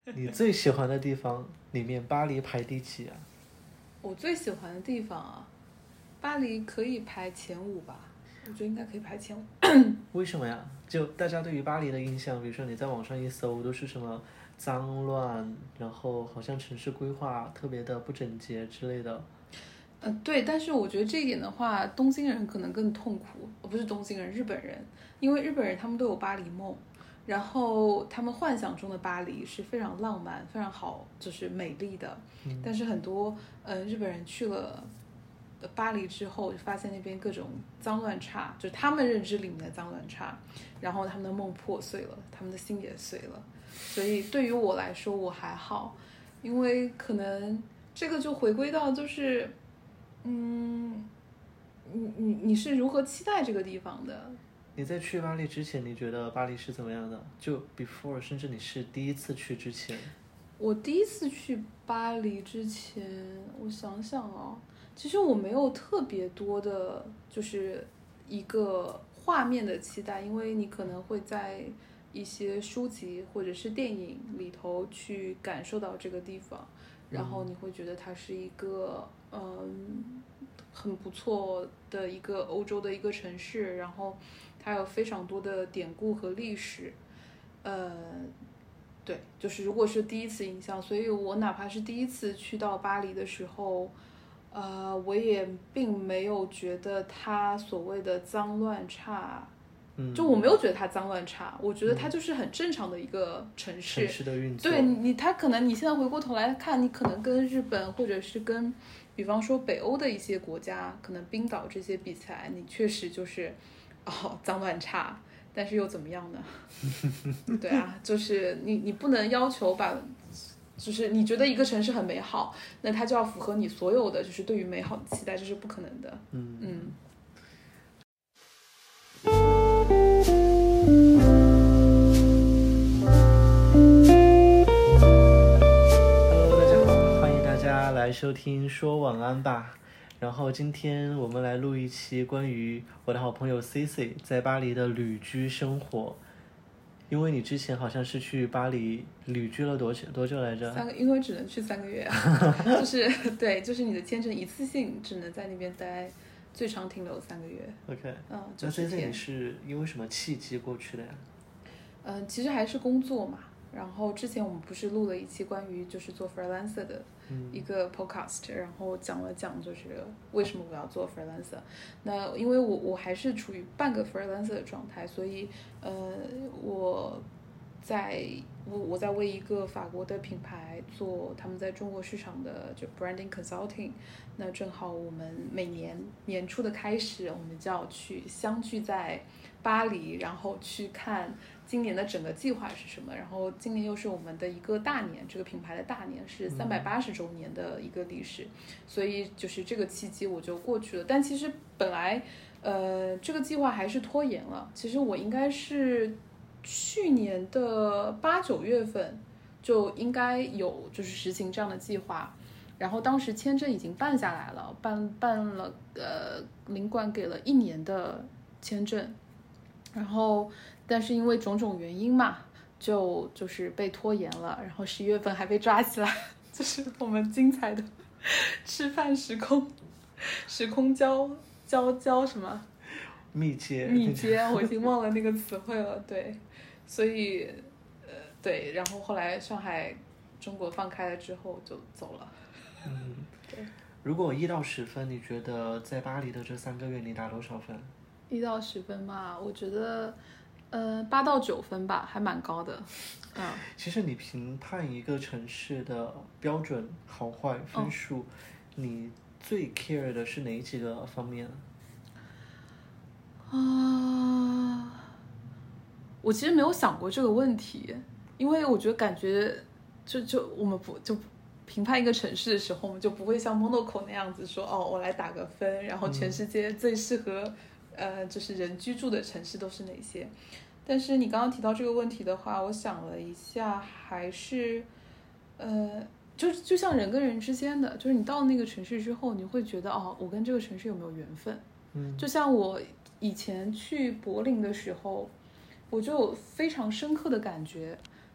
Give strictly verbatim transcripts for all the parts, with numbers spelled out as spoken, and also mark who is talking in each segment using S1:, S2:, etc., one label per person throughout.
S1: 你最喜欢的地方里面，巴黎排第几啊？
S2: 我最喜欢的地方啊，巴黎可以排前五吧，我觉得应该可以排前五。
S1: 为什么呀？就大家对于巴黎的印象，比如说你在网上一搜，都是什么脏乱，然后好像城市规划特别的不整洁之类的。
S2: 呃，对，但是我觉得这一点的话，东京人可能更痛苦，呃不是东京人，日本人，因为日本人他们都有巴黎梦，然后他们幻想中的巴黎是非常浪漫、非常好，就是美丽的。
S1: 嗯、
S2: 但是很多呃日本人去了巴黎之后，就发现那边各种脏乱差，就是他们认知里面的脏乱差，然后他们的梦破碎了，他们的心也碎了。所以对于我来说，我还好，因为可能这个就回归到就是。嗯，你你你是如何期待这个地方的？
S1: 你在去巴黎之前，你觉得巴黎是怎么样的？就 before， 甚至你是第一次去之前。
S2: 我第一次去巴黎之前，我想想啊，其实我没有特别多的，就是一个画面的期待，因为你可能会在一些书籍或者是电影里头去感受到这个地方，然后你会觉得它是一个嗯很不错的一个欧洲的一个城市，然后它有非常多的典故和历史，呃。对，就是如果是第一次印象，所以我哪怕是第一次去到巴黎的时候，呃，我也并没有觉得它所谓的脏乱差，
S1: 嗯，
S2: 就我没有觉得它脏乱差，我觉得它就是很正常的一个城市。
S1: 城市的运作。
S2: 对你，它可能你现在回过头来看，你可能跟日本或者是跟，比方说北欧的一些国家，可能冰岛这些比起来，你确实就是哦脏乱差。但是又怎么样呢？对啊，就是你你不能要求把，就是你觉得一个城市很美好，那它就要符合你所有的就是对于美好的期待，这是不可能的。
S1: 嗯
S2: 嗯。
S1: Hello， 大家好，欢迎大家来收听说晚安吧。然后今天我们来录一期关于我的好朋友 C C 在巴黎的旅居生活。因为你之前好像是去巴黎旅居了多久多久来着？
S2: 三个，因为只能去三个月啊，就是对，就是你的签证一次性只能在那边待，最长停留三个月。
S1: OK，
S2: 嗯，
S1: 那 C C 你是因为什么契机过去的呀？
S2: 嗯，其实还是工作嘛。然后之前我们不是录了一期关于就是做 freelancer 的一个 podcast，、嗯、然后讲了讲就是为什么我要做 freelancer。那因为我我还是处于半个 freelancer 的状态，所以呃我在我我在为一个法国的品牌做他们在中国市场的就 branding consulting。那正好我们每年年初的开始，我们就要去相聚在巴黎，然后去看今年的整个计划是什么。然后今年又是我们的一个大年，这个品牌的大年是三百八十周年的一个历史、嗯、所以就是这个契机我就过去了。但其实本来呃这个计划还是拖延了，其实我应该是去年的八九月份就应该有就是实行这样的计划，然后当时签证已经办下来了，办办了呃领馆给了一年的签证，然后但是因为种种原因嘛，就就是被拖延了，然后十一月份还被抓起来，就是我们精彩的吃饭时空时空交交交什么
S1: 密接
S2: 密接，我已经忘了那个词汇了。对，所以呃对，然后后来上海中国放开了之后就走了。
S1: 嗯，
S2: 对。
S1: 如果一到十分，你觉得在巴黎的这三个月你打多少分？
S2: 一到十分吧，我觉得，呃，八到九分吧，还蛮高的。嗯，
S1: 其实你评判一个城市的标准好坏分数，哦、你最 care 的是哪几个方面？
S2: 啊、呃，我其实没有想过这个问题，因为我觉得感觉就就我们不就。评判一个城市的时候，我们就不会像 Monaco 那样子说，哦，我来打个分，然后全世界最适合、嗯、呃，就是人居住的城市都是哪些。但是你刚刚提到这个问题的话，我想了一下，还是，呃，就就像人跟人之间的，就是你到那个城市之后，你会觉得，哦，我跟这个城市有没有缘分？
S1: 嗯，
S2: 就像我以前去柏林的时候，我就有非常深刻的感觉。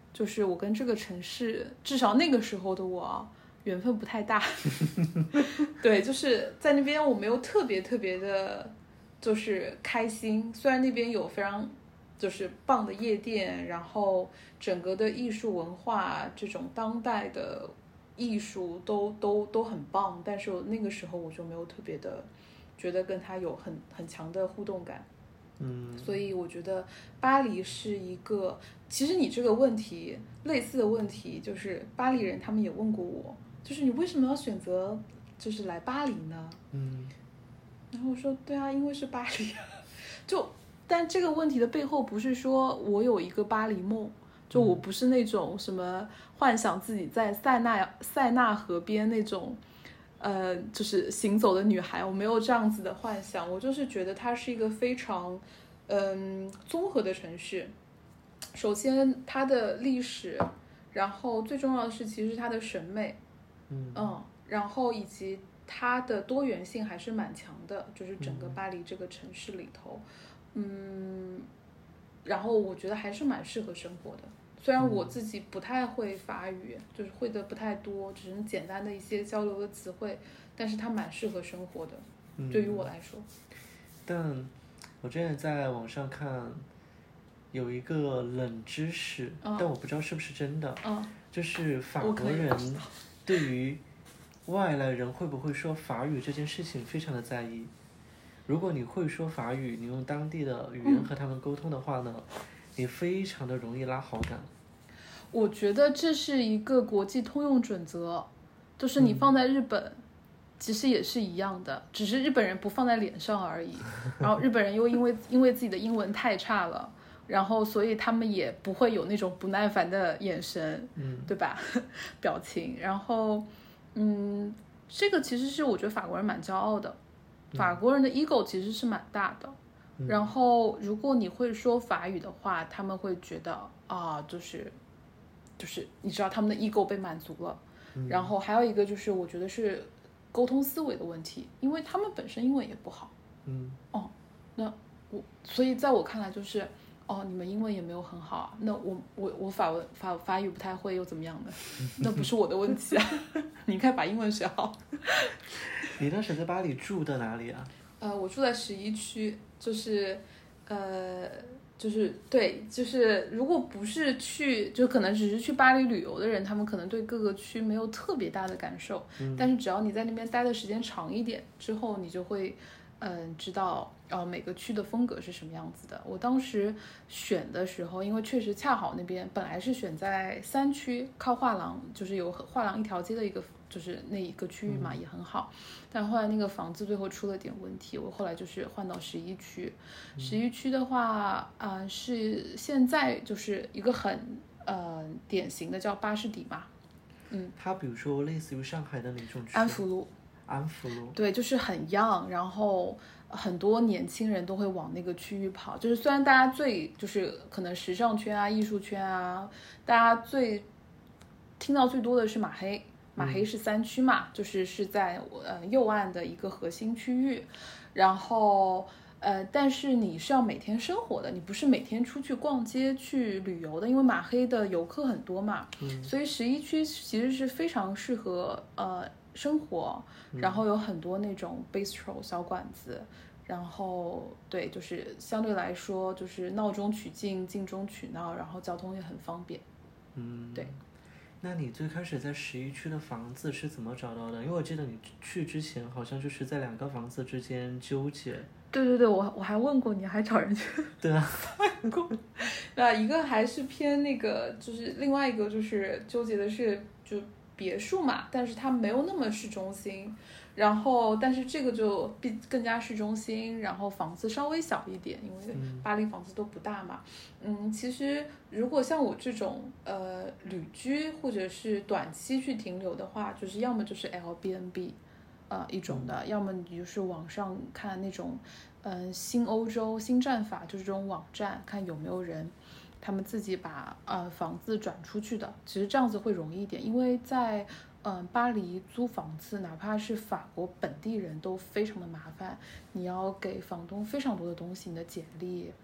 S2: 就是我跟这个城市，至少那个时候的我缘分不太大。对，就是在那边我没有特别特别的就是开心，虽然那边有非常就是棒的夜店，然后整个的艺术文化这种当代的艺术都都都很棒，但是那个时候我就没有特别的觉得跟他有很很强的互动感。
S1: 嗯，
S2: 所以我觉得巴黎是一个，其实你这个问题类似的问题，就是巴黎人他们也问过我，就是你为什么要选择就是来巴黎呢？
S1: 嗯，
S2: 然后我说对啊，因为是巴黎。就但这个问题的背后不是说我有一个巴黎梦，就我不是那种什么幻想自己在塞纳塞纳河边那种呃，就是行走的女孩，我没有这样子的幻想，我就是觉得它是一个非常，嗯，综合的城市。首先，它的历史，然后最重要的是，其实它的审美，
S1: 嗯
S2: 嗯，然后以及它的多元性还是蛮强的，就是整个巴黎这个城市里头，嗯，然后我觉得还是蛮适合生活的。虽然我自己不太会法语，就是会的不太多，只是简单的一些交流的词汇，但是它蛮适合生活的，
S1: 嗯，
S2: 对于我来说。
S1: 但我之前在网上看有一个冷知识，
S2: 嗯、
S1: 但我不知道是不是真的，
S2: 嗯、
S1: 就是法国人对于外来人会不会说法语这件事情非常的在意。如果你会说法语，你用当地的语言和他们沟通的话呢，嗯、你非常的容易拉好感。
S2: 我觉得这是一个国际通用准则，就是你放在日本，嗯、其实也是一样的，只是日本人不放在脸上而已。然后日本人又因为因为自己的英文太差了，然后所以他们也不会有那种不耐烦的眼神，
S1: 嗯，
S2: 对吧？表情。然后，嗯，这个其实是我觉得法国人蛮骄傲的，法国人的 ego 其实是蛮大的。嗯、然后，如果你会说法语的话，他们会觉得啊，就是。就是你知道他们的 ego 被满足了，嗯、然后还有一个就是我觉得是沟通思维的问题，因为他们本身英文也不好，
S1: 嗯，
S2: 哦，那我所以在我看来就是哦，你们英文也没有很好啊，那我我我法文法法语不太会又怎么样呢？那不是我的问题啊，你应该把英文学好。
S1: 你当时在巴黎住的哪里啊？
S2: 呃，我住在十一区，就是呃。就是对，就是如果不是去，就可能只是去巴黎旅游的人，他们可能对各个区没有特别大的感受。嗯、但是只要你在那边待的时间长一点之后，你就会，嗯、呃，知道哦每个区的风格是什么样子的。我当时选的时候，因为确实恰好那边本来是选在三区，靠画廊，就是有画廊一条街的一个。就是那一个区域嘛，也很好，但后来那个房子最后出了点问题，我后来就是换到十一区。十一区的话，啊、呃，是现在就是一个很呃典型的叫巴士底嘛，嗯，
S1: 它比如说类似于上海的哪种区？
S2: 安福路。
S1: 安福路。对，
S2: 就是很 young， 然后很多年轻人都会往那个区域跑。就是虽然大家最就是可能时尚圈啊、艺术圈啊，大家最听到最多的是马黑。马黑是三区嘛，嗯、就是是在呃右岸的一个核心区域，然后呃，但是你是要每天生活的，你不是每天出去逛街去旅游的，因为马黑的游客很多嘛，嗯、所以十一区其实是非常适合呃生活，然后有很多那种 bistro 小馆子，然后对，就是相对来说就是闹中取静，静中取闹，然后交通也很方便，
S1: 嗯，
S2: 对。
S1: 那你最开始在十一区的房子是怎么找到的？因为我记得你去之前好像就是在两个房子之间纠结。
S2: 对对对，我我还问过你，还找人去
S1: 对啊
S2: 问过。那一个还是偏那个，就是另外一个就是纠结的是就别墅嘛，但是它没有那么市中心。然后，但是这个就比更加市中心，然后房子稍微小一点，因为巴黎房子都不大嘛。嗯，其实如果像我这种呃旅居或者是短期去停留的话，就是要么就是 Airbnb， 呃一种的，嗯、要么你就是网上看那种嗯、呃、新欧洲新战法，就是这种网站，看有没有人他们自己把呃房子转出去的。其实这样子会容易一点，因为在嗯，巴黎租房子，哪怕是法国本地人都非常的麻烦，你要给房东非常多的东西，你的简历，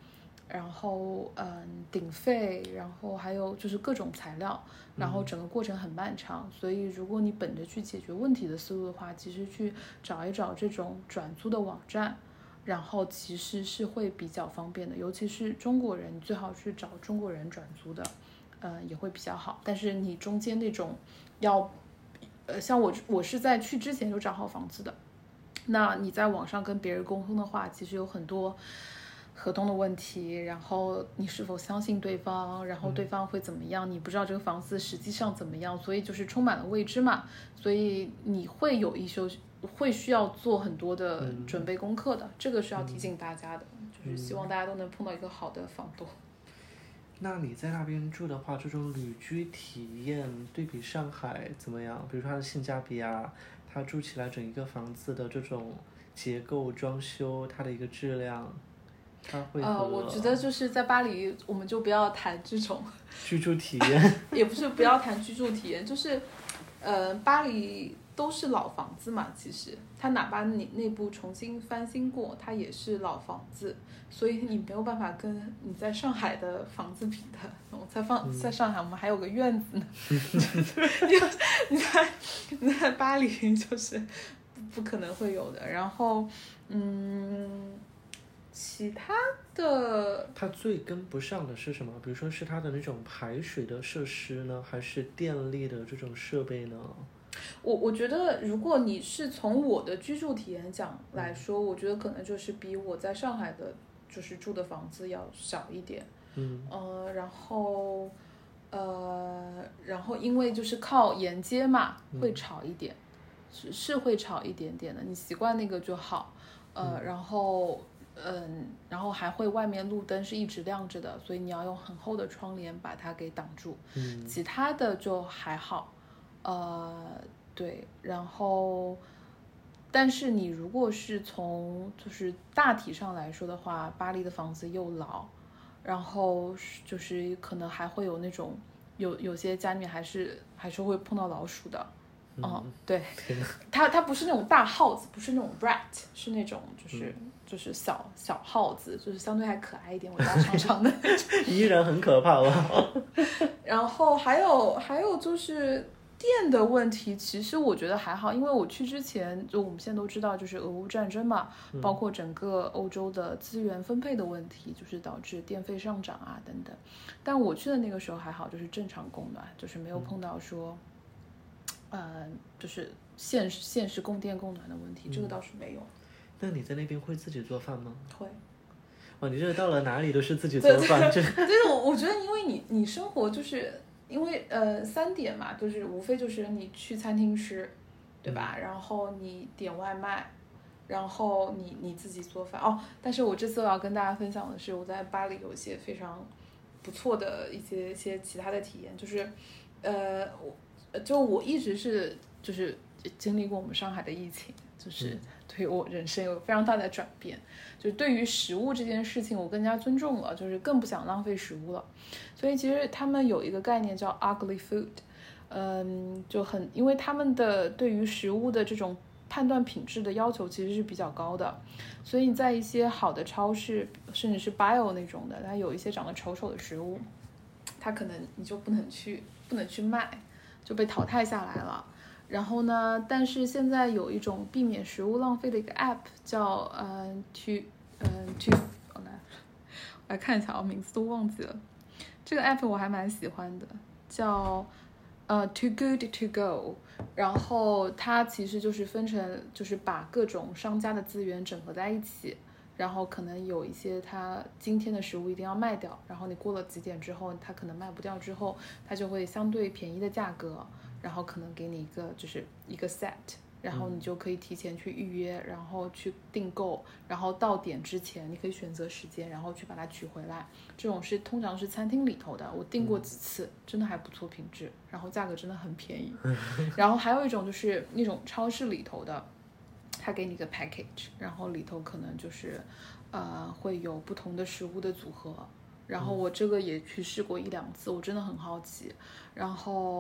S2: 然后嗯顶费，然后还有就是各种材料，然后整个过程很漫长，所以如果你本着去解决问题的思路的话，其实去找一找这种转租的网站，然后其实是会比较方便的，尤其是中国人，最好去找中国人转租的，呃也会比较好。但是你中间那种要，呃像我我是在去之前就找好房子的，那你在网上跟别人沟通的话，其实有很多合同的问题，然后你是否相信对方，然后对方会怎么样，你不知道这个房子实际上怎么样，所以就是充满了未知嘛，所以你会有一些会需要做很多的准备功课的，嗯、这个是要提醒大家的，嗯、就是希望大家都能碰到一个好的房东。
S1: 那你在那边住的话，这种旅居体验对比上海怎么样？比如说它的性价比啊，它住起来整一个房子的这种结构、装修，它的一个质量。
S2: 呃，我觉得就是在巴黎，我们就不要谈这种
S1: 居住体验，
S2: 也不是不要谈居住体验，就是，呃，巴黎都是老房子嘛，其实它哪怕你内部重新翻新过，它也是老房子，所以你没有办法跟你在上海的房子比的。我在放在上海，我们还有个院子呢，你在你在巴黎就是不可能会有的。然后，嗯。其他的，
S1: 它最跟不上的是什么？比如说是它的那种排水的设施呢，还是电力的这种设备呢？
S2: 我我觉得，如果你是从我的居住体验讲来说，嗯、我觉得可能就是比我在上海的，就是住的房子要少一点。
S1: 嗯。
S2: 呃，然后，呃，然后因为就是靠沿街嘛，会吵一点，嗯、是是会吵一点点的。你习惯那个就好。呃，嗯、然后。嗯，然后还会外面路灯是一直亮着的，所以你要用很厚的窗帘把它给挡住。
S1: 嗯，
S2: 其他的就还好。呃，对，然后，但是你如果是从就是大体上来说的话，巴黎的房子又老，然后就是可能还会有那种有有些家里面还是还是会碰到老鼠的。嗯，嗯对，它它不是那种大耗子，不是那种 rat， 是那种就是。嗯就是小小耗子，就是相对还可爱一点，尾巴长长的，
S1: 依然很可怕吧。
S2: 然后还有还有就是电的问题，其实我觉得还好，因为我去之前就我们现在都知道，就是俄乌战争嘛，嗯、包括整个欧洲的资源分配的问题，就是导致电费上涨啊等等。但我去的那个时候还好，就是正常供暖，就是没有碰到说，嗯、呃，就是限限时供电供暖的问题，这个倒是没有。
S1: 那你在那边会自己做饭吗？
S2: 会。
S1: 哦，你这到了哪里都是自己做饭，
S2: 对对对，我我觉得因为你你生活就是因为呃三点嘛，就是无非就是你去餐厅吃，对吧？嗯、然后你点外卖，然后你你自己做饭哦。但是我这次我要跟大家分享的是，我在巴黎有一些非常不错的一些一些其他的体验，就是呃我就我一直是就是经历过我们上海的疫情，就是。嗯对于我人生有非常大的转变，就是对于食物这件事情我更加尊重了，就是更不想浪费食物了。所以其实他们有一个概念叫 ugly food， 嗯，就很因为他们的对于食物的这种判断品质的要求其实是比较高的，所以你在一些好的超市，甚至是 bio 那种的，它有一些长得丑丑的食物，它可能你就不能去不能去卖，就被淘汰下来了。然后呢？但是现在有一种避免食物浪费的一个 app， 叫呃 to 嗯 to 我来我来看一下，我名字都忘记了。这个 app 我还蛮喜欢的，叫呃 Too Good To Go。然后它其实就是分成，就是把各种商家的资源整合在一起。然后可能有一些它今天的食物一定要卖掉，然后你过了几点之后，它可能卖不掉之后，它就会相对便宜的价格。然后可能给你一个就是一个 set， 然后你就可以提前去预约，然后去订购，然后到点之前你可以选择时间，然后去把它取回来。这种是通常是餐厅里头的，我订过几次，真的还不错品质，然后价格真的很便宜。然后还有一种就是那种超市里头的，它给你一个 package， 然后里头可能就是呃会有不同的食物的组合。然后我这个也去试过一两次，我真的很好奇。然后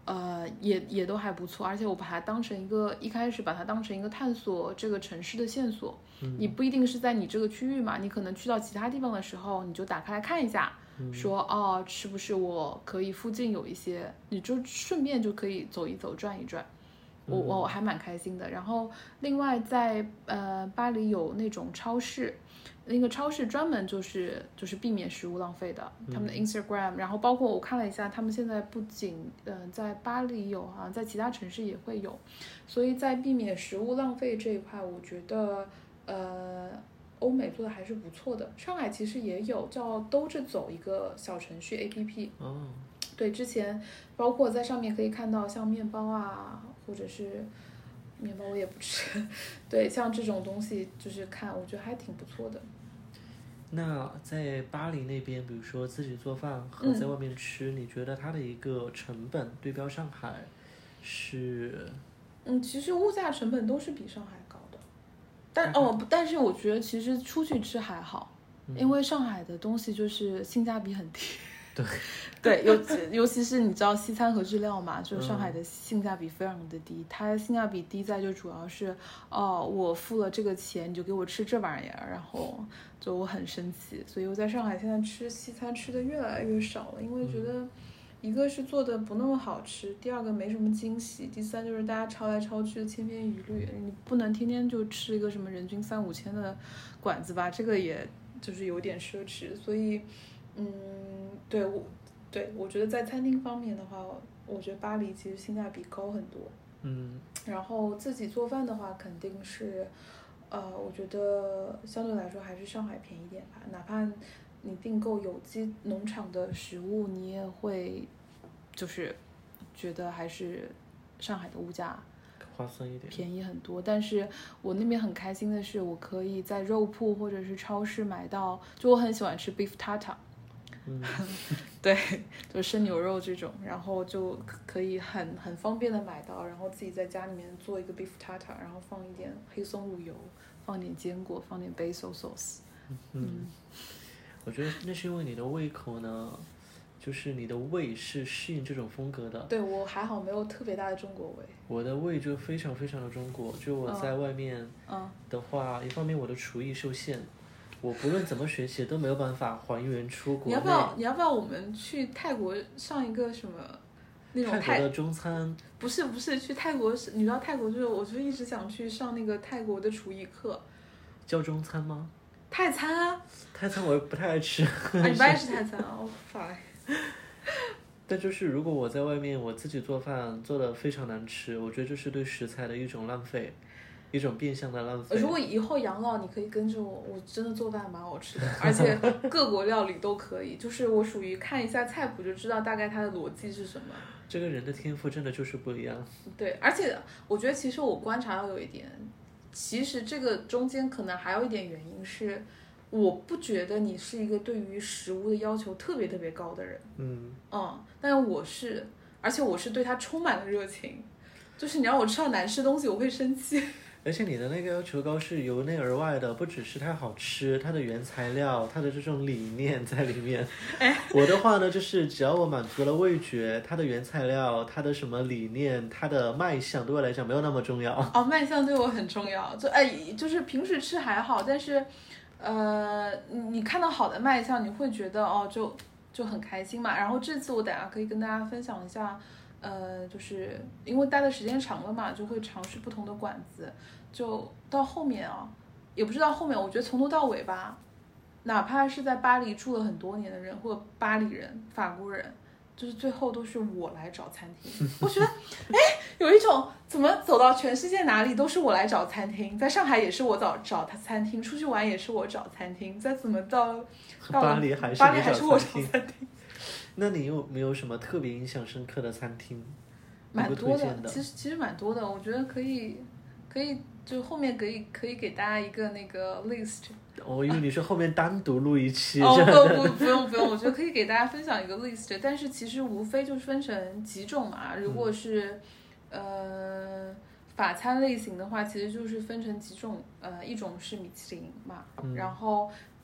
S2: 呃，也也都还不错，而且我把它当成一个一开始把它当成一个探索这个城市的线索。嗯、你不一定是在你这个区域嘛，你可能去到其他地方的时候，你就打开来看一下，嗯、说哦，是不是我可以附近有一些，你就顺便就可以走一走、转一转。我我还蛮开心的。然后另外在呃巴黎有那种超市。那个超市专门就是就是避免食物浪费的，他们的 Instagram，、嗯、然后包括我看了一下，他们现在不仅嗯、呃、在巴黎有，好像在其他城市也会有，所以在避免食物浪费这一块，我觉得呃欧美做的还是不错的。上海其实也有叫兜着走一个小程序 A P P， 哦，对，之前包括在上面可以看到像面包啊，或者是。面包我也不吃，对，像这种东西就是看，我觉得还挺不错的。
S1: 那在巴黎那边，比如说自己做饭和在外面吃，嗯、你觉得它的一个成本对标上海是？
S2: 嗯，其实物价成本都是比上海高的，但哦，但是我觉得其实出去吃还好，嗯、因为上海的东西就是性价比很低。
S1: 对
S2: 对，尤尤其是你知道西餐和日料嘛，就上海的性价比非常的低。嗯、它性价比低在就主要是，哦，我付了这个钱，你就给我吃这玩意儿，然后就我很生气。所以我在上海现在吃西餐吃的越来越少了，因为觉得一个是做的不那么好吃，第二个没什么惊喜，第三就是大家抄来抄去的千篇一律，你不能天天就吃一个什么人均三五千的馆子吧，这个也就是有点奢侈，所以。嗯，对我，对我觉得在餐厅方面的话，我觉得巴黎其实性价比高很多。
S1: 嗯，
S2: 然后自己做饭的话，肯定是，呃，我觉得相对来说还是上海便宜点吧。哪怕你订购有机农场的食物，你也会，就是觉得还是上海的物价
S1: 划算一点，
S2: 便宜很多。但是我那边很开心的是，我可以在肉铺或者是超市买到，就我很喜欢吃 beef tartar。
S1: 嗯，
S2: 对，就生牛肉这种，然后就可以很很方便的买到，然后自己在家里面做一个 beef tartar， 然后放一点黑松露油，放点坚果，放点 basil sauce。
S1: 嗯，嗯我觉得那是因为你的胃口呢，就是你的胃是适应这种风格的。
S2: 对，我还好没有特别大的中国胃。
S1: 我的胃就非常非常的中国，就我在外面的话，嗯、一方面我的厨艺受限。我不论怎么学习都没有办法还原出国内。
S2: 你要不要？你要不要我们去泰国上一个什么那种
S1: 泰国的中餐？
S2: 不是不是，去泰国是，你知道泰国就是，我就一直想去上那个泰国的厨艺课。
S1: 叫中餐吗？
S2: 泰餐啊。
S1: 泰餐我不太爱吃。
S2: 啊，你不爱吃泰餐啊？我烦。
S1: 但就是如果我在外面我自己做饭做的非常难吃，我觉得这是对食材的一种浪费。一种变相的浪费。
S2: 如果以后养老，你可以跟着我，我真的做饭蛮好吃的，而且各国料理都可以。就是我属于看一下菜谱就知道大概它的逻辑是什么。
S1: 这个人的天赋真的就是不一样。
S2: 对，而且我觉得其实我观察到有一点，其实这个中间可能还有一点原因是，我不觉得你是一个对于食物的要求特别特别高的人。
S1: 嗯
S2: 嗯，但我是，而且我是对它充满了热情。就是你让我吃到难吃的东西，我会生气。
S1: 而且你的那个要求高是由内而外的，不只是它好吃，它的原材料，它的这种理念在里面。
S2: 哎，
S1: 我的话呢，就是只要我满足了味觉，它的原材料，它的什么理念，它的卖相对我来讲没有那么重要。
S2: 哦，卖相对我很重要，就哎，就是平时吃还好，但是，呃，你看到好的卖相，你会觉得哦，就就很开心嘛。然后这次我等下可以跟大家分享一下。呃，就是因为待的时间长了嘛，就会尝试不同的馆子，就到后面啊，也不是到后面，我觉得从头到尾吧，哪怕是在巴黎住了很多年的人，或者巴黎人、法国人，就是最后都是我来找餐厅。我觉得，哎，有一种怎么走到全世界哪里都是我来找餐厅，在上海也是我找找他餐厅，出去玩也是我找餐厅，再怎么到到
S1: 巴黎还是
S2: 巴黎还是我找餐厅。
S1: 那你有没有什么特别印象深刻的餐厅？
S2: 蛮多
S1: 的，
S2: 其实其实蛮多的，我觉得可以，可以就后面可以可以给大家一个那个 list。
S1: 我以为你说后面单独录一期。
S2: 哦不不不用不用，我觉得可以给大家分享一个 list， 但是其实无非就是分成几种嘛。如果是、嗯、呃法餐类型的话，其实就是分成几种，呃一种是米其林嘛，嗯、然后。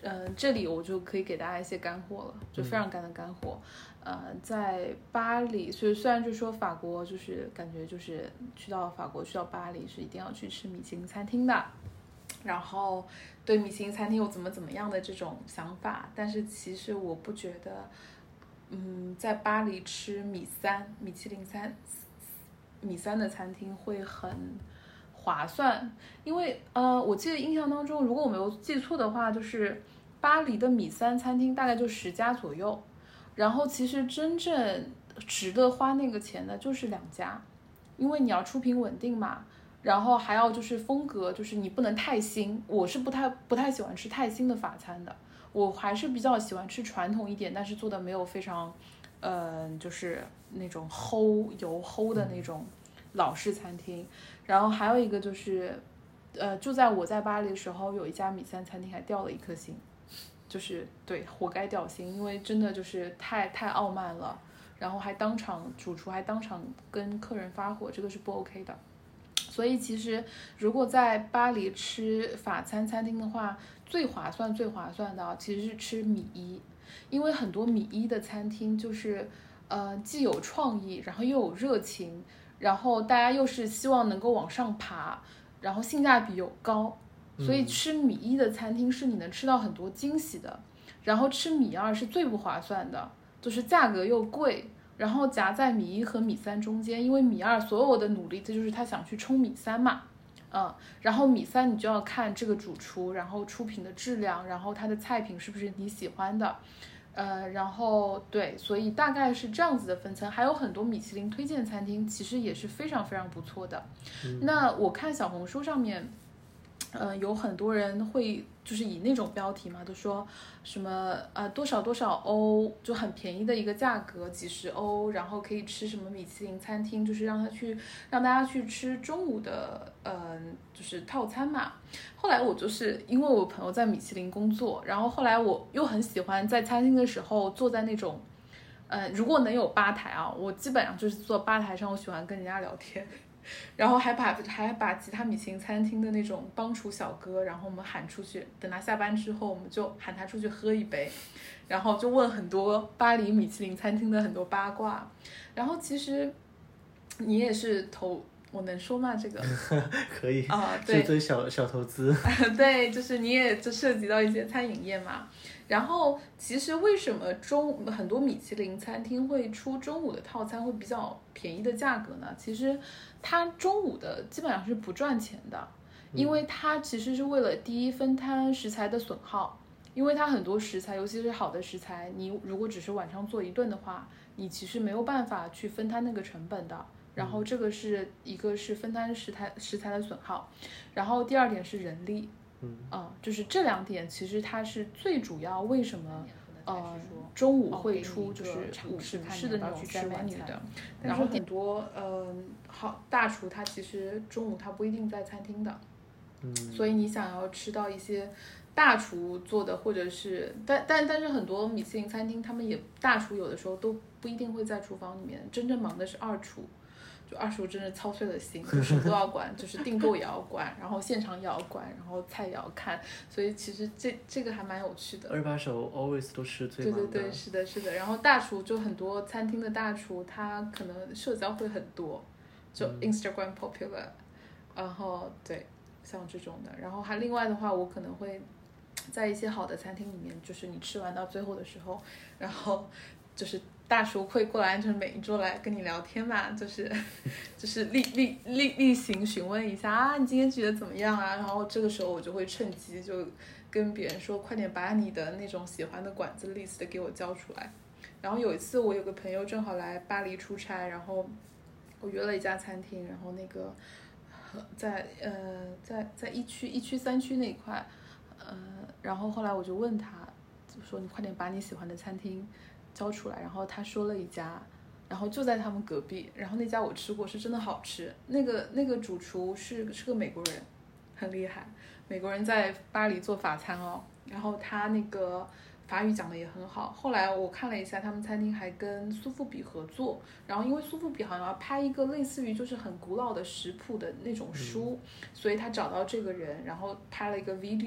S2: 嗯、呃，这里我就可以给大家一些干货了，就非常干的干货。嗯、呃，在巴黎，所以虽然就说法国就是感觉就是去到法国去到巴黎是一定要去吃米其林餐厅的，然后对米其林餐厅有怎么怎么样的这种想法，但是其实我不觉得，嗯，在巴黎吃米三米其林餐米三的餐厅会很划算，因为呃，我记得印象当中，如果我没有记错的话，就是巴黎的米三餐厅大概就十家左右，然后其实真正值得花那个钱的就是两家，因为你要出品稳定嘛，然后还要就是风格，就是你不能太新，我是不太不太喜欢吃太新的法餐的，我还是比较喜欢吃传统一点，但是做的没有非常，呃，就是那种齁油齁的那种老式餐厅。然后还有一个就是，呃，就在我在巴黎的时候，有一家米三餐厅还掉了一颗星，就是对，活该掉星，因为真的就是太太傲慢了，然后还当场主厨还当场跟客人发火，这个是不 OK 的。所以其实如果在巴黎吃法餐餐厅的话，最划算最划算的其实是吃米一，因为很多米一的餐厅就是呃既有创意，然后又有热情，然后大家又是希望能够往上爬，然后性价比又高，所以吃米一的餐厅是你能吃到很多惊喜的。然后吃米二是最不划算的，就是价格又贵，然后夹在米一和米三中间，因为米二所有的努力，这就是他想去冲米三嘛，嗯，然后米三你就要看这个主厨，然后出品的质量，然后他的菜品是不是你喜欢的，呃，然后对，所以大概是这样子的分层。还有很多米其林推荐餐厅其实也是非常非常不错的。嗯、那我看小红书上面，呃，有很多人会就是以那种标题嘛，都说什么呃多少多少欧，就很便宜的一个价格，几十欧，然后可以吃什么米其林餐厅，就是让他去让大家去吃中午的呃就是套餐嘛。后来我就是因为我朋友在米其林工作，然后后来我又很喜欢在餐厅的时候坐在那种，呃如果能有吧台啊，我基本上就是坐吧台上，我喜欢跟人家聊天。然后还把还把其他米其林餐厅的那种帮厨小哥，然后我们喊出去，等他下班之后，我们就喊他出去喝一杯，然后就问很多巴黎米其林餐厅的很多八卦。然后其实你也是投，我能说吗？这个
S1: 可以
S2: 啊，对，
S1: 做小小投资。
S2: 对，就是你也就涉及到一些餐饮业嘛。然后其实为什么中很多米其林餐厅会出中午的套餐会比较便宜的价格呢？其实它中午的基本上是不赚钱的，因为它其实是为了第一分摊食材的损耗，因为它很多食材，尤其是好的食材，你如果只是晚上做一顿的话，你其实没有办法去分摊那个成本的。然后这个是一个是分摊食材食材的损耗，然后第二点是人力。嗯、呃，就是这两点，其实它是最主要。为什么呃中午会出就是午市的那种吃晚餐的？然后很多呃好大厨他其实中午他不一定在餐厅的，嗯，所以你想要吃到一些大厨做的，或者是但但但是很多米其林餐厅他们也大厨有的时候都不一定会在厨房里面，真正忙的是二厨。就二厨真的操碎了心，就什么都要管，就是订购也要管，然后现场也要管，然后菜也要看，所以其实这这个还蛮有趣的。
S1: 二把手 always 都是最忙的。
S2: 对对对，是的，是的。然后大厨就很多餐厅的大厨，他可能社交会很多，就 Instagram popular，、嗯、然后对像这种的。然后还另外的话，我可能会在一些好的餐厅里面，就是你吃完到最后的时候，然后就是大厨会过来，就是每一桌来跟你聊天嘛，就是就是例例例例行询问一下啊，你今天觉得怎么样啊？然后这个时候我就会趁机就跟别人说，快点把你的那种喜欢的馆子 list 给我交出来。然后有一次我有个朋友正好来巴黎出差，然后我约了一家餐厅，然后那个在呃在在一区一区三区那一块，呃，然后后来我就问他，就说你快点把你喜欢的餐厅交出来，然后他说了一家，然后就在他们隔壁，然后那家我吃过，是真的好吃。那个那个主厨是是个美国人，很厉害，美国人在巴黎做法餐哦，然后他那个法语讲的也很好。后来我看了一下，他们餐厅还跟苏富比合作，然后因为苏富比好像要拍一个类似于就是很古老的食谱的那种书，嗯、所以他找到这个人，然后拍了一个 video。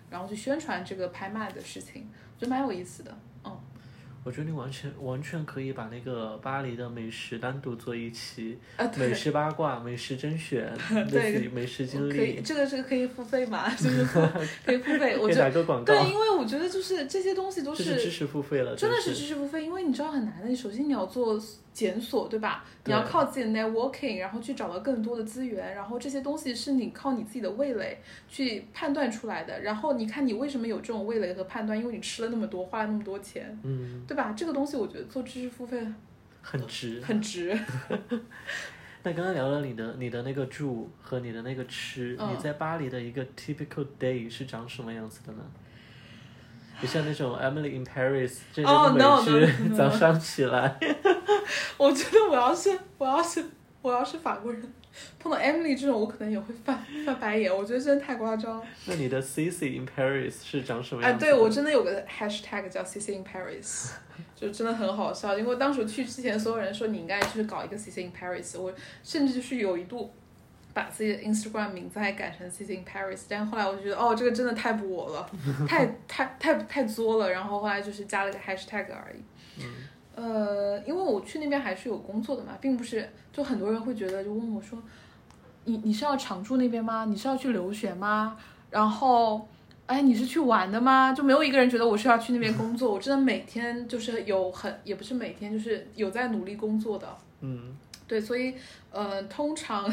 S2: 然后去宣传这个拍卖的事情，我觉得蛮有意思的。嗯，
S1: 我觉得你完全完全可以把那个巴黎的美食单独做一期，
S2: 啊、
S1: 美食八卦、美食甄选，
S2: 对，
S1: 类似于美食经历。
S2: 可以，这个这个可以付费吗？就是可以付费，我觉得
S1: 可以打个广告。
S2: 对，因为我觉得就是这些东西都
S1: 是知识付费了，
S2: 真的是知识付费，因为你知道很难的。首先你要做检索，对吧？你要靠自己的 networking， 然后去找到更多的资源，然后这些东西是你靠你自己的味蕾去判断出来的。然后你看你为什么有这种味蕾和判断，因为你吃了那么多，花了那么多钱，
S1: 嗯，
S2: 对吧？这个东西我觉得做知识付费
S1: 很值，
S2: 很值。
S1: 那刚刚聊了你的你的那个住和你的那个吃，
S2: 嗯、
S1: 你在巴黎的一个 typical day 是长什么样子的呢？就像那种 Emily in Paris 这种美剧，
S2: oh, no, no, no, no.
S1: 早上起来。
S2: 我觉得我要是我要是我要是法国人，碰到 Emily 这种，我可能也会翻翻白眼。我觉得真的太夸张。
S1: 那你的 Cici in Paris 是长什么样子的？
S2: 哎，对，我真的有个 hashtag 叫 Cici in Paris， 就真的很好笑。因为当时去之前，所有人说你应该去搞一个 Cici in Paris， 我甚至就是有一度把自己的 Instagram 名字还改成 Cici in Paris， 但是后来我就觉得哦，这个真的太不我了，太太太太作了，然后后来就是加了个 hashtag 而已。
S1: 嗯。
S2: 呃，因为我去那边还是有工作的嘛，并不是就很多人会觉得就问我说，你你是要常住那边吗？你是要去留学吗？然后，哎，你是去玩的吗？就没有一个人觉得我是要去那边工作。我真的每天就是有很也不是每天，就是有在努力工作的。
S1: 嗯，
S2: 对，所以呃，通常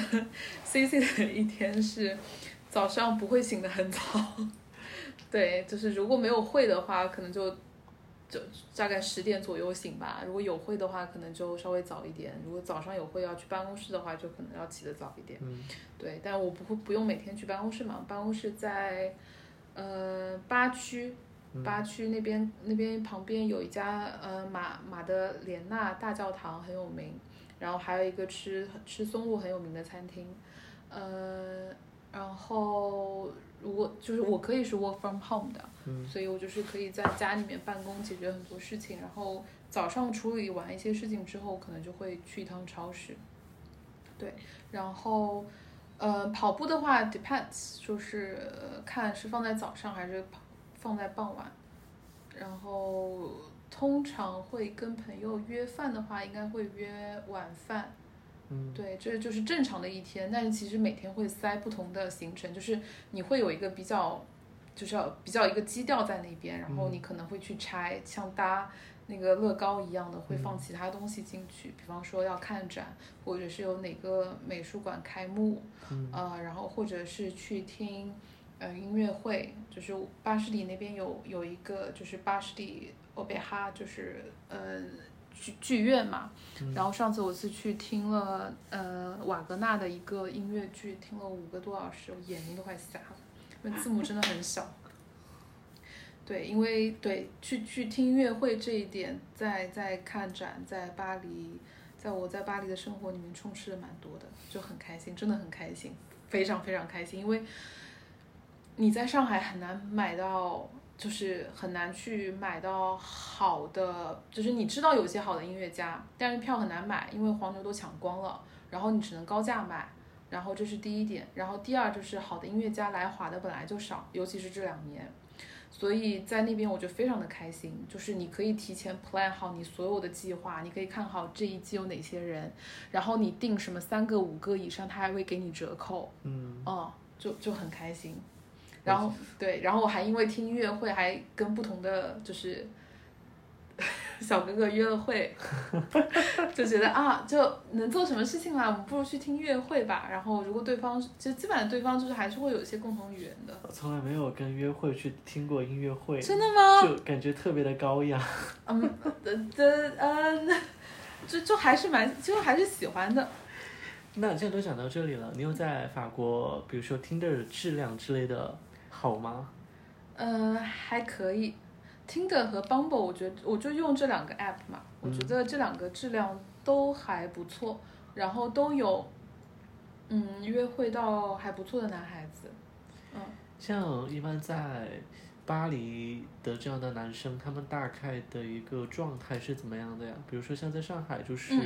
S2: C C 的一天是早上不会醒得很早，对，就是如果没有会的话，可能就。就大概十点左右醒吧，如果有会的话，可能就稍微早一点；如果早上有会要去办公室的话，就可能要起得早一点。
S1: 嗯，
S2: 对，但我不会不用每天去办公室嘛，办公室在呃八区，八区那边那边旁边有一家呃马马德莲娜大教堂很有名，然后还有一个吃吃松露很有名的餐厅，呃，然后。如果就是我可以是 work from home 的，
S1: 嗯，
S2: 所以我就是可以在家里面办公，解决很多事情。然后早上处理完一些事情之后，可能就会去一趟超市。对，然后呃跑步的话 depends， 就是看是放在早上还是放在傍晚。然后通常会跟朋友约饭的话，应该会约晚饭。
S1: 嗯，
S2: 对，这就是正常的一天，但是其实每天会塞不同的行程，就是你会有一个比较，就是要比较一个基调在那边，然后你可能会去拆，像搭那个乐高一样的，会放其他东西进去，比方说要看展，或者是有哪个美术馆开幕，
S1: 嗯，
S2: 呃，然后或者是去听呃音乐会，就是巴士底那边有有一个就是巴士底欧贝哈，就是呃。剧剧院嘛，然后上次我是去听了呃瓦格纳的一个音乐剧，听了五个多小时，我眼睛都快瞎了，因为字幕真的很小。对，因为对去去听音乐会这一点，在在看展，在巴黎，在我在巴黎的生活里面充斥了蛮多的，就很开心，真的很开心，非常非常开心，因为你在上海很难买到。就是很难去买到好的，就是你知道有些好的音乐家，但是票很难买，因为黄牛都抢光了，然后你只能高价买，然后这是第一点，然后第二就是好的音乐家来华的本来就少，尤其是这两年，所以在那边我就非常的开心，就是你可以提前 plan 好你所有的计划，你可以看好这一季有哪些人，然后你定什么三个五个以上，他还会给你折扣，
S1: 嗯，
S2: 哦，就就很开心。然后对，然后我还因为听音乐会，还跟不同的就是小哥哥约了会，就觉得啊，就能做什么事情啦，我们不如去听音乐会吧。然后如果对方，其实基本上对方就是还是会有一些共同语言的。
S1: 我从来没有跟约会去听过音乐会，
S2: 真的吗？
S1: 就感觉特别的高雅。
S2: 嗯，的的嗯，就就还是蛮，就还是喜欢的。
S1: 那既然都讲到这里了，你有在法国，比如说 Tinder 的质量之类的好吗？
S2: 呃，还可以。Tinder 和 Bumble 我觉得我就用这两个 app 嘛，我觉得这两个质量都还不错，然后都有嗯约会到还不错的男孩子。嗯，
S1: 像一般在巴黎的这样的男生，他们大概的一个状态是怎么样的呀？比如说像在上海，就是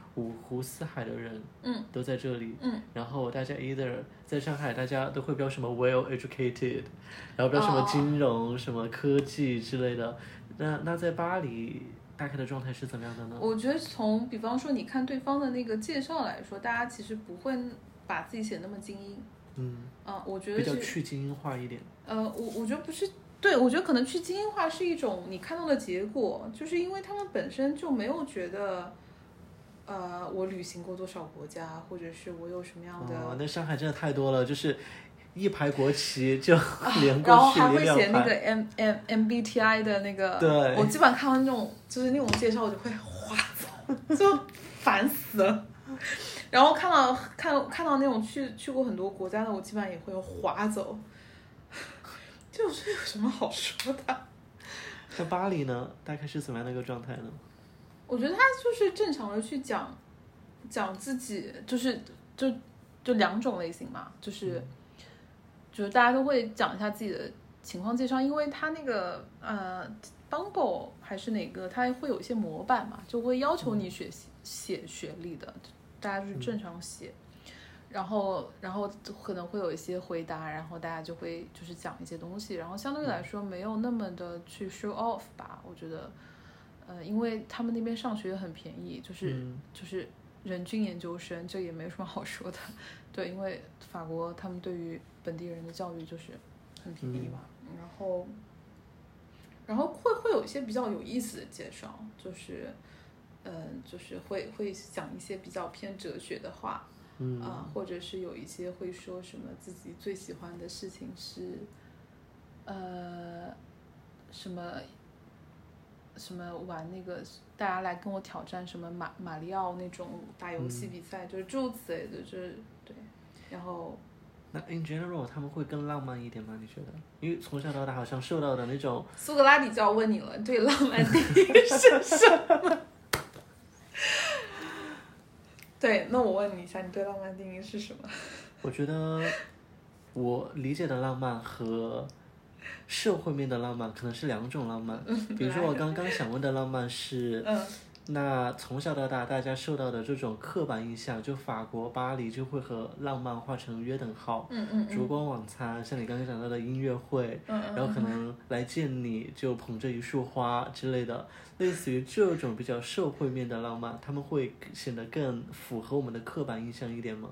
S1: 五湖四海的人，
S2: 嗯，
S1: 都在这里，
S2: 嗯，
S1: 然后大家 either 在上海，大家都会标什么 well educated， 然后标什么金融、哦、什么科技之类的。那那在巴黎大概的状态是怎么样的呢？
S2: 我觉得从比方说你看对方的那个介绍来说，大家其实不会把自己写那么精英。
S1: 嗯，
S2: 啊，我觉得
S1: 比较去精英化一点。
S2: 呃，我我觉得不是，对，我觉得可能去精英化是一种你看到的结果，就是因为他们本身就没有觉得，呃，我旅行过多少国家，或者是我有什么样的。
S1: 哦，那上海真的太多了，就是一排国旗就连过去、
S2: 啊、然后还会
S1: 连
S2: 写那个 M M M B T I 的那个，
S1: 对，
S2: 我基本上看到那种就是那种介绍，我就会划走，就烦死了。然后看到看看到那种去去过很多国家的，我基本上也会划走。就这有什么好说的？
S1: 那巴黎呢？大概是怎么样的一个状态呢？
S2: 我觉得他就是正常的去讲讲自己，就是就就两种类型嘛，就是、嗯、就是大家都会讲一下自己的情况介绍，因为他那个呃 Bumble 还是哪个，他会有一些模板嘛，就会要求你写、嗯、写学历的。大家就是正常写、嗯，然后然后可能会有一些回答，然后大家就会就是讲一些东西，然后相对来说没有那么的去 show off 吧，我觉得，呃，因为他们那边上学很便宜，就是、嗯、就是人均研究生，这也没什么好说的，对，因为法国他们对于本地人的教育就是很便宜嘛，嗯、然后然后会会有一些比较有意思的介绍，就是。嗯，就是会会讲一些比较偏哲学的话，嗯啊、呃，或者是有一些会说什么自己最喜欢的事情是，呃，什么什么玩那个大家来跟我挑战什么马马里奥那种打游戏比赛，嗯、就是诸如此类的，就是对，然后。
S1: 那 in general 他们会更浪漫一点吗？你觉得？因为从小到大好像受到的那种。
S2: 苏格拉底就要问你了，对浪漫定义是什么？对，那我问你一下，你对浪漫定义是什么？
S1: 我觉得我理解的浪漫和社会面的浪漫可能是两种浪漫。比如说我刚刚想问的浪漫是，嗯、那从小到大大家受到的这种刻板印象，就法国巴黎就会和浪漫画成约等号。
S2: 嗯嗯嗯。
S1: 烛光晚餐，像你刚刚讲到的音乐会，嗯嗯，然后可能来见你就捧着一束花之类的。类似于这种比较社会面的浪漫，他们会显得更符合我们的刻板印象一点吗？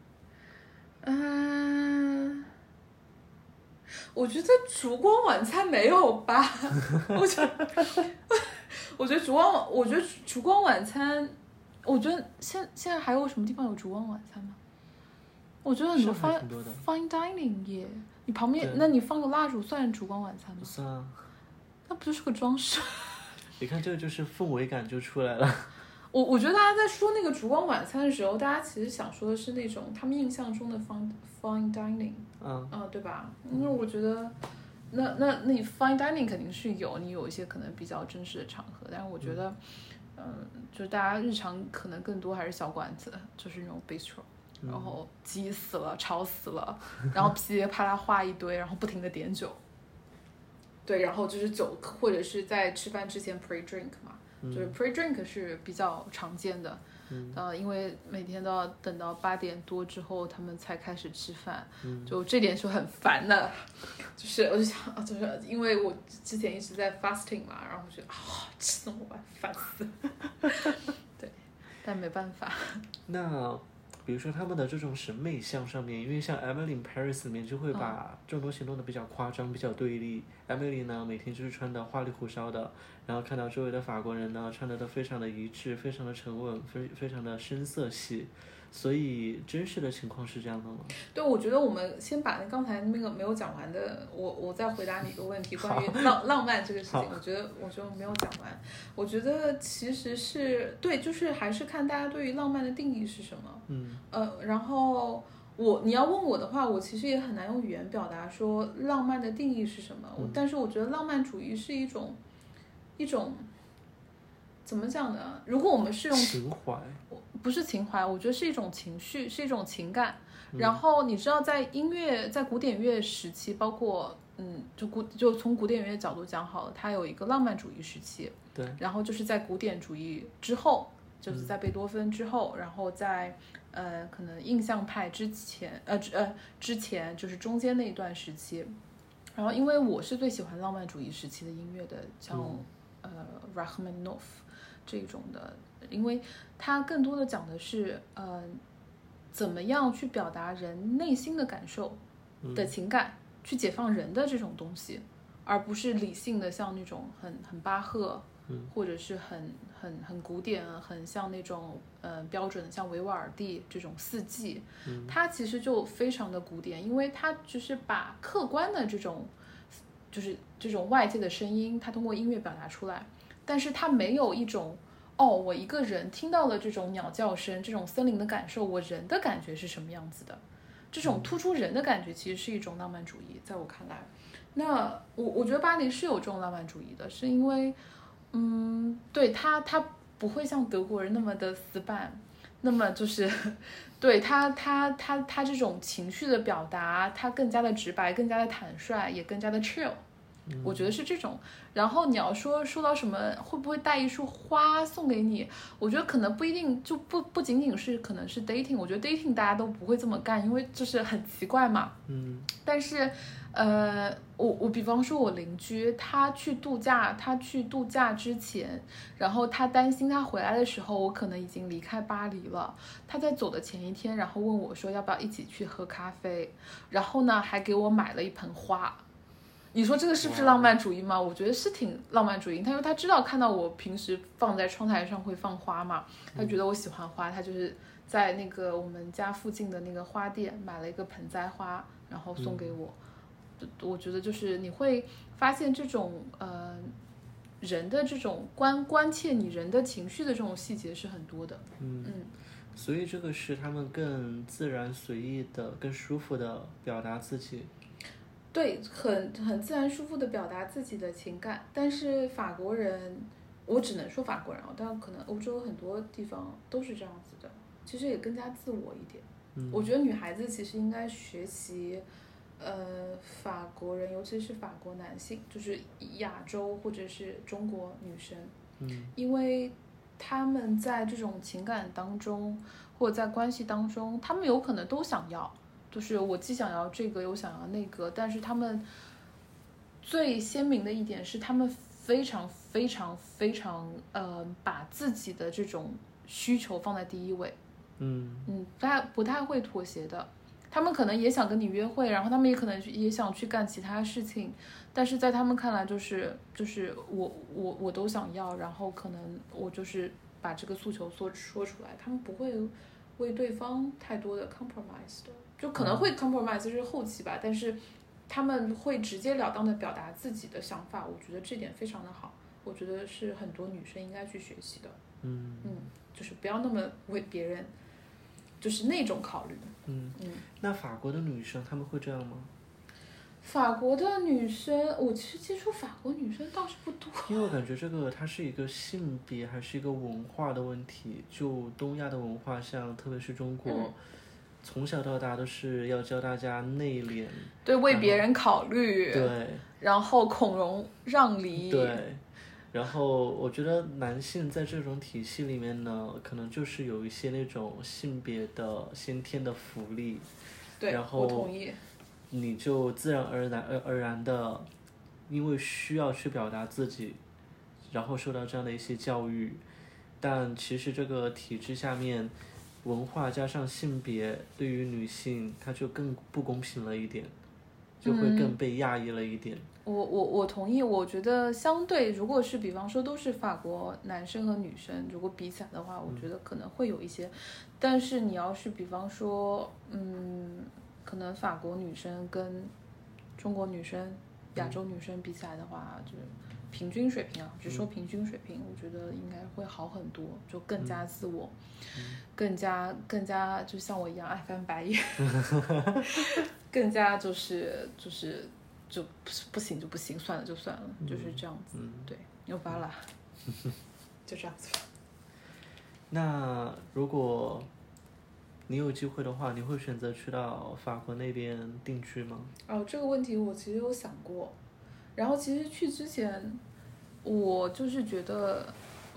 S2: 嗯，我觉得烛光晚餐没有吧。我觉得，我觉得烛光，我觉得烛光晚餐，我觉得现现在还有什么地方有烛光晚餐吗？我觉得很多 fine fine dining 耶，你旁边，那你放个蜡烛算烛光晚餐吗？
S1: 不算啊，
S2: 那不就是个装饰？
S1: 你看，这个就是氛围感就出来了。
S2: 我我觉得大家在说那个烛光晚餐的时候，大家其实想说的是那种他们印象中的 fine fine dining， 嗯嗯，对吧？因为我觉得，那那那你 fine dining 肯定是有，你有一些可能比较正式的场合，但是我觉得，嗯，呃、就是大家日常可能更多还是小馆子，就是那种 bistro， 然后挤死了，吵死了，然后噼里啪啦话一堆，然后不停的点酒。对，然后就是酒，或者是在吃饭之前 pre drink 嘛，嗯、就是 pre drink 是比较常见的，嗯、呃，因为每天都要等到八点多之后他们才开始吃饭，嗯、就这点是很烦的，就是我就想，就是因为我之前一直在 fasting 嘛，然后我觉得啊、哦，吃这么晚，烦死了，对，但没办法。
S1: 那。比如说他们的这种审美向上面，因为像 Emily in Paris 里面就会把这种东西弄得比较夸张、比较对立。Emily 呢，每天就是穿的花里胡哨的，然后看到周围的法国人呢，穿的都非常的一致，非常的沉稳，非非常的深色系。所以真实的情况是这样的吗？
S2: 对，我觉得我们先把刚才那个没有讲完的，我我再回答你一个问题，关于浪浪漫这个事情，我觉得我觉得没有讲完。我觉得其实是对，就是还是看大家对于浪漫的定义是什么。嗯。呃，然后我你要问我的话，我其实也很难用语言表达说浪漫的定义是什么。嗯、但是我觉得浪漫主义是一种一种。怎么讲呢？如果我们是用
S1: 情怀，
S2: 不是情怀，我觉得是一种情绪，是一种情感。嗯、然后你知道，在音乐，在古典乐时期，包括嗯，就古就从古典乐角度讲好了，它有一个浪漫主义时期。
S1: 对。
S2: 然后就是在古典主义之后， 就是在贝多芬之后，然后在呃可能印象派之前，呃呃之前就是中间那一段时期。然后因为我是最喜欢浪漫主义时期的音乐的，像、嗯、呃 Rachmaninoff 这种的，因为它更多的讲的是呃怎么样去表达人内心的感受的情感，嗯、去解放人的这种东西，而不是理性的像那种很很巴赫。或者是很很很古典，很像那种呃标准的，像维瓦尔第这种四季，嗯、它其实就非常的古典，因为它就是把客观的这种就是这种外界的声音，它通过音乐表达出来，但是它没有一种哦，我一个人听到了这种鸟叫声，这种森林的感受，我人的感觉是什么样子的，这种突出人的感觉其实是一种浪漫主义，在我看来。那我我觉得巴黎是有这种浪漫主义的，是因为嗯，对他，他不会像德国人那么的死板，那么就是对他，他，他，他这种情绪的表达，他更加的直白，更加的坦率，也更加的 chill。我觉得是这种。然后你要说说到什么，会不会带一束花送给你？我觉得可能不一定，就不不仅仅是可能是 dating。我觉得 dating 大家都不会这么干，因为就是很奇怪嘛。嗯。但是。呃，我我比方说，我邻居他去度假，他去度假之前，然后他担心他回来的时候，我可能已经离开巴黎了。他在走的前一天，然后问我说要不要一起去喝咖啡，然后呢还给我买了一盆花。你说这个是不是浪漫主义吗？我觉得是挺浪漫主义。他说他知道看到我平时放在窗台上会放花嘛，他觉得我喜欢花，他就是在那个我们家附近的那个花店买了一个盆栽花，然后送给我。嗯，我觉得就是你会发现这种呃人的这种关关切你人的情绪的这种细节是很多的。嗯嗯，
S1: 所以这个是他们更自然随意的、更舒服的表达自己。
S2: 对，很很自然舒服的表达自己的情感。但是法国人，我只能说法国人啊，但可能欧洲很多地方都是这样子的，其实也更加自我一点。嗯，我觉得女孩子其实应该学习。呃，法国人，尤其是法国男性，就是亚洲或者是中国女生，嗯，因为他们在这种情感当中，或者在关系当中，他们有可能都想要，就是我既想要这个，又想要那个，但是他们最鲜明的一点是，他们非常非常非常呃，把自己的这种需求放在第一位，嗯嗯，不太不太会妥协的。他们可能也想跟你约会，然后他们也可能也想去干其他事情，但是在他们看来就是就是我我我都想要，然后可能我就是把这个诉求说说出来，他们不会为对方太多的 compromise 的，就可能会 compromise 就是后期吧，但是他们会直截了当的表达自己的想法，我觉得这点非常的好，我觉得是很多女生应该去学习的。嗯嗯，就是不要那么为别人。就是那种考虑。
S1: 嗯嗯，那法国的女生她们会这样吗？
S2: 法国的女生，我其实接触法国女生倒是不多。
S1: 因为我感觉这个它是一个性别还是一个文化的问题。就东亚的文化，像特别是中国，嗯、从小到大都是要教大家内敛，
S2: 对，为别人考虑，
S1: 对，
S2: 然后孔融让梨，
S1: 对。然后我觉得男性在这种体系里面呢，可能就是有一些那种性别的先天的福利，
S2: 对，
S1: 然后
S2: 我同意，
S1: 你就自然而然而而然的，因为需要去表达自己，然后受到这样的一些教育，但其实这个体制下面，文化加上性别对于女性，它就更不公平了一点，就会更被压抑了一点。
S2: 嗯我我我同意，我觉得相对，如果是比方说都是法国男生和女生，如果比起来的话，我觉得可能会有一些，嗯、但是你要是比方说，嗯，可能法国女生跟中国女生、亚洲女生比起来的话，就是平均水平啊，只说平均水平，我觉得应该会好很多，就更加自我，嗯、更加更加就像我一样爱翻白眼，更加就是就是。就不行就不行，算了就算了，嗯、就是这样子。嗯、对，牛巴啦，就这样子吧。
S1: 那如果你有机会的话，你会选择去到法国那边定居吗？
S2: 哦，这个问题我其实有想过。然后其实去之前，我就是觉得，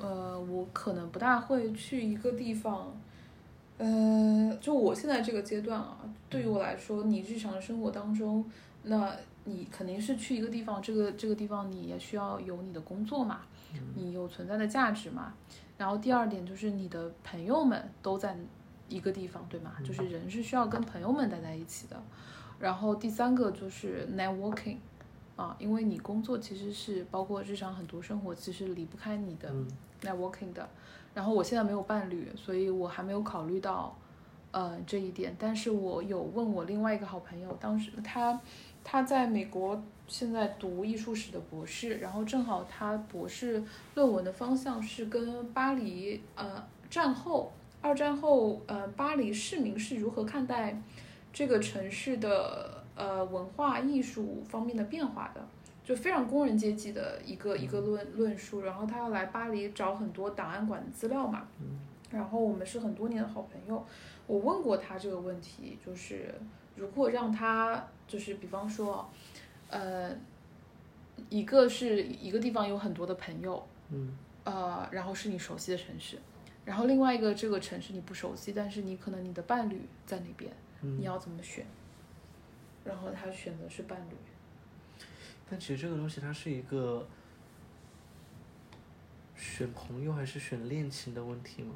S2: 呃，我可能不大会去一个地方，呃，就我现在这个阶段啊，对于我来说，你日常生活当中，那你肯定是去一个地方，这个这个地方你也需要有你的工作嘛，你有存在的价值嘛。然后第二点就是你的朋友们都在一个地方，对吗？就是人是需要跟朋友们待在一起的。然后第三个就是 networking。啊，因为你工作其实是包括日常很多生活，其实离不开你的 networking 的。然后我现在没有伴侣，所以我还没有考虑到，呃，这一点。但是我有问我另外一个好朋友，当时他他在美国现在读艺术史的博士，然后正好他博士论文的方向是跟巴黎呃战后二战后呃巴黎市民是如何看待这个城市的。呃，文化艺术方面的变化的，就非常工人阶级的一个一个论论述。然后他要来巴黎找很多档案馆的资料嘛，然后我们是很多年的好朋友。我问过他这个问题，就是如果让他就是比方说，呃，一个是一个地方有很多的朋友，
S1: 嗯，
S2: 呃，然后是你熟悉的城市，然后另外一个这个城市你不熟悉，但是你可能你的伴侣在那边，你要怎么选？然后他选择是伴侣，
S1: 但其实这个东西它是一个选朋友还是选恋情的问题吗？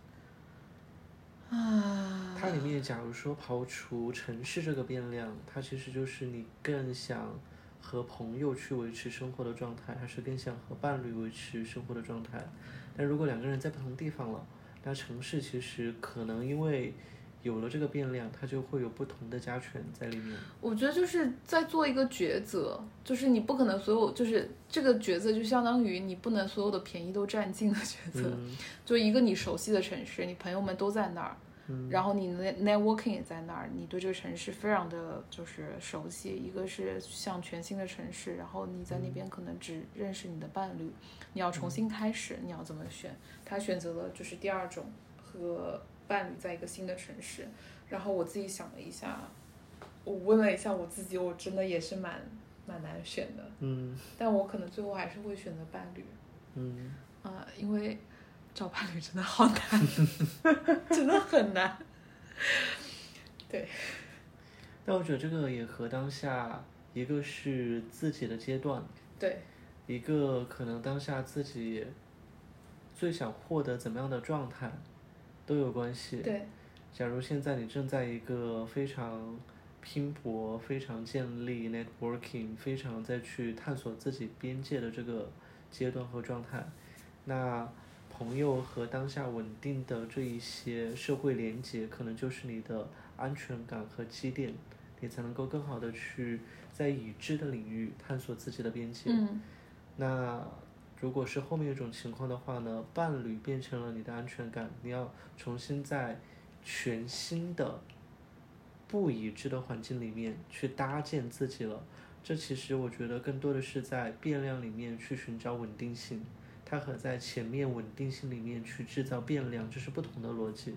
S2: 啊，
S1: 它里面假如说刨除城市这个变量，它其实就是你更想和朋友去维持生活的状态，还是更想和伴侣维持生活的状态？但如果两个人在不同地方了，那城市其实可能因为有了这个变量，它就会有不同的加权在里面。
S2: 我觉得就是在做一个抉择，就是你不可能所有，就是这个抉择就相当于你不能所有的便宜都占尽的抉择。
S1: 嗯、
S2: 就一个你熟悉的城市，你朋友们都在那儿，
S1: 嗯、
S2: 然后你 networking 也在那儿，你对这个城市非常的就是熟悉。一个是像全新的城市，然后你在那边可能只认识你的伴侣，你要重新开始，你要怎么选？他选择了就是第二种，和伴侣在一个新的城市。然后我自己想了一下，我问了一下我自己，我真的也是蛮蛮难选的。
S1: 嗯，
S2: 但我可能最后还是会选择伴侣。
S1: 嗯，
S2: 啊、呃，因为找伴侣真的好难，真的很难。对。
S1: 但我觉得这个也和当下一个是自己的阶段，
S2: 对，
S1: 一个可能当下自己最想获得怎么样的状态都有关系。
S2: 对。
S1: 假如现在你正在一个非常拼搏、非常建立 networking、非常在去探索自己边界的这个阶段和状态，那朋友和当下稳定的这一些社会连结，可能就是你的安全感和基点，你才能够更好的去在已知的领域探索自己的边界。
S2: 嗯。
S1: 那如果是后面一种情况的话呢，伴侣变成了你的安全感，你要重新在全新的不已知的环境里面去搭建自己了。这其实我觉得更多的是在变量里面去寻找稳定性，它和在前面稳定性里面去制造变量，这是不同的逻辑。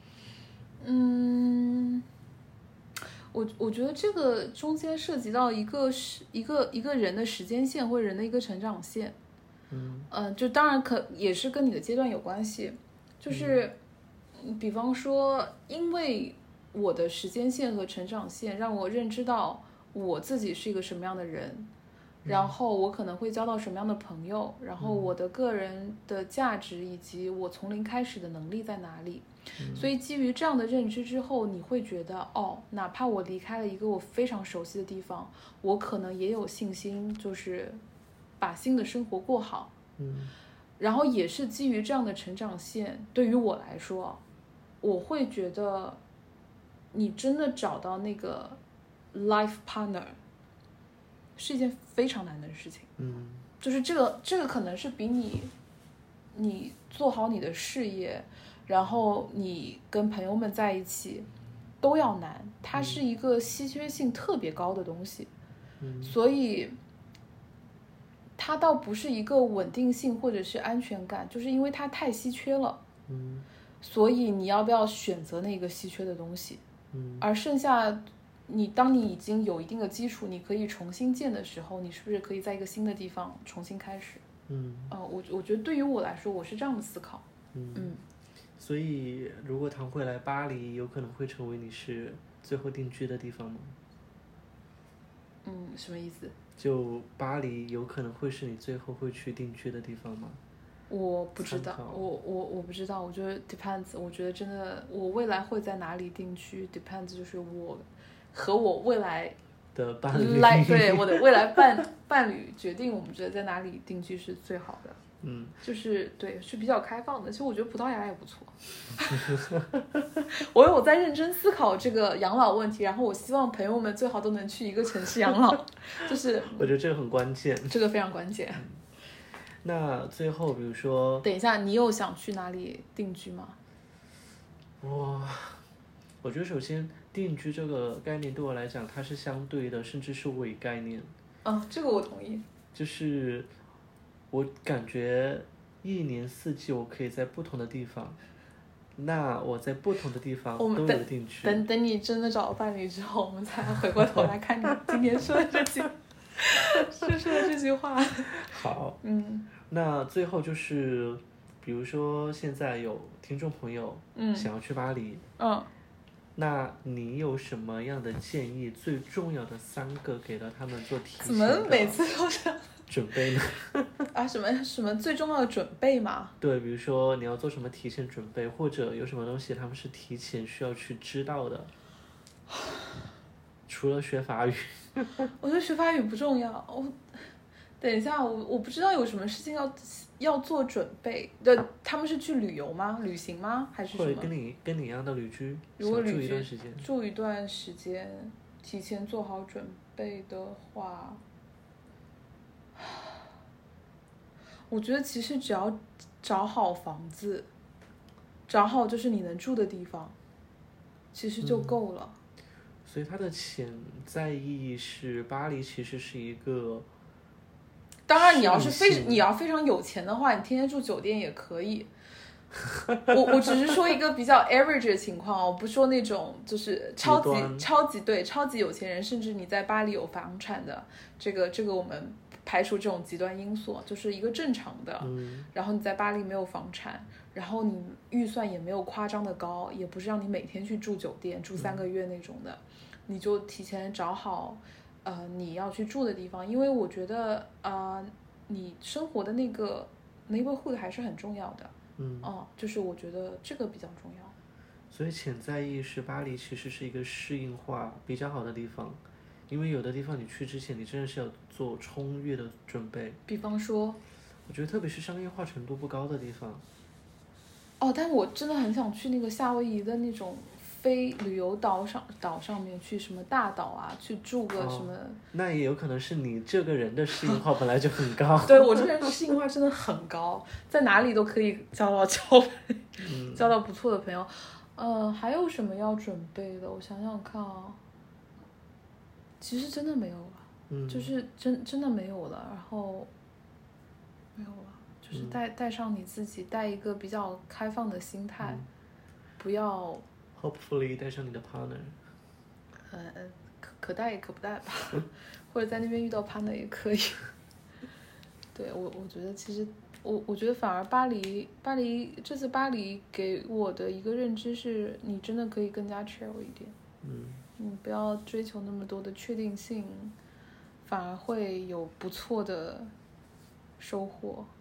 S2: 嗯，我我觉得这个中间涉及到一个是一个一个人的时间线或者人的一个成长线。
S1: 嗯，
S2: 呃、就当然可也是跟你的阶段有关系，就是。嗯，比方说，因为我的时间线和成长线让我认知到我自己是一个什么样的人，然后我可能会交到什么样的朋友，然后我的个人的价值以及我从零开始的能力在哪里。所以基于这样的认知之后，你会觉得哦，哪怕我离开了一个我非常熟悉的地方，我可能也有信心，就是把新的生活过好。
S1: 嗯，
S2: 然后也是基于这样的成长线，对于我来说，我会觉得你真的找到那个 life partner 是一件非常难的事情。
S1: 嗯，
S2: 就是这个这个可能是比你你做好你的事业，然后你跟朋友们在一起都要难，它是一个稀缺性特别高的东西。
S1: 嗯，
S2: 所以它倒不是一个稳定性或者是安全感，就是因为它太稀缺了。
S1: 嗯，
S2: 所以你要不要选择那个稀缺的东西？
S1: 嗯，
S2: 而剩下你当你已经有一定的基础，你可以重新建的时候，你是不是可以在一个新的地方重新开始？
S1: 嗯，
S2: 呃，我我觉得对于我来说，我是这样的思考。
S1: 嗯
S2: 嗯，
S1: 所以如果谈回来，巴黎有可能会成为你是最后定居的地方吗？
S2: 嗯，什么意思？
S1: 就巴黎有可能会是你最后会去定居的地方吗？
S2: 我不知道
S1: 参，考
S2: 我我我不知道，我觉得 depends。我觉得真的，我未来会在哪里定居 depends，就是我和我未来
S1: 的伴侣
S2: 来对我的未来伴伴侣决定我们觉得在哪里定居是最好的。
S1: 嗯，
S2: 就是对，是比较开放的。其实我觉得葡萄牙也不错。我有在认真思考这个养老问题，然后我希望朋友们最好都能去一个城市养老，就是
S1: 我觉得这个很关键。
S2: 这个非常关键。
S1: 那最后，比如说，
S2: 等一下，你有想去哪里定居吗？
S1: 哇，我觉得首先定居这个概念对我来讲，它是相对的，甚至是伪概念。
S2: 嗯，这个我同意。
S1: 就是我感觉一年四季我可以在不同的地方，那我在不同的地方都有定居。
S2: 等等你真的找到伴侣之后，我们才回过头来看你今天说的这句，说出的这句话。
S1: 好，
S2: 嗯，
S1: 那最后就是，比如说现在有听众朋友
S2: 嗯
S1: 想要去巴黎，
S2: 嗯，
S1: 那你有什么样的建议？最重要的三个给到他们做提
S2: 怎
S1: 前
S2: 么每
S1: 的
S2: 次都是
S1: 准备呢？
S2: 啊？什么什么最重要的准备嘛？
S1: 对，比如说你要做什么提前准备，或者有什么东西他们是提前需要去知道的。除了学法语，
S2: 我觉得学法语不重要。我等一下，我我不知道有什么事情要要做准备的。他们是去旅游吗？旅行吗？还是什么？
S1: 或者跟你跟你一样的旅居，想住
S2: 如果旅居
S1: 一段时间，
S2: 住一段时间，提前做好准备的话，我觉得其实只要找好房子，找好就是你能住的地方，其实就够了。
S1: 所以它的潜在意义是，巴黎其实是一个，
S2: 当然，你要是非
S1: 适应性
S2: 你要非常有钱的话，你天天住酒店也可以。我我只是说一个比较 average 的情况，我不说那种就是超级
S1: 极端
S2: 超级对超级有钱人，甚至你在巴黎有房产的，这个这个我们排除这种极端因素，就是一个正常的。
S1: 嗯，
S2: 然后你在巴黎没有房产，然后你预算也没有夸张的高，也不是让你每天去住酒店住三个月那种的，你就提前找好呃你要去住的地方，因为我觉得呃你生活的那个 neighborhood 还是很重要的。
S1: 嗯，
S2: 哦，就是我觉得这个比较重要。
S1: 所以潜在意义是，巴黎其实是一个适应化比较好的地方，因为有的地方你去之前，你真的是要做充裕的准备。
S2: 比方说，
S1: 我觉得特别是商业化程度不高的地方，
S2: 哦，但我真的很想去那个夏威夷的那种非旅游岛上岛上面去什么大岛啊，去住个什么。
S1: 哦，那也有可能是你这个人的适应化本来就很高。
S2: 对，我这个人适应化真的很高，在哪里都可以交到交
S1: 嗯，
S2: 交到不错的朋友。呃，还有什么要准备的？我想想看啊，其实真的没有了，
S1: 嗯，
S2: 就是真真的没有了，然后没有了，就是带带上你自己，带一个比较开放的心态，
S1: 嗯
S2: 不要
S1: hopefully 带上你的 partner。
S2: 呃可可带也可不带吧，或者在那边遇到 partner 也可以。对，我我觉得其实我我觉得反而巴黎巴黎这次巴黎给我的一个认知是，你真的可以更加 chill 一点，
S1: 嗯，
S2: 你不要追求那么多的确定性，反而会有不错的收获。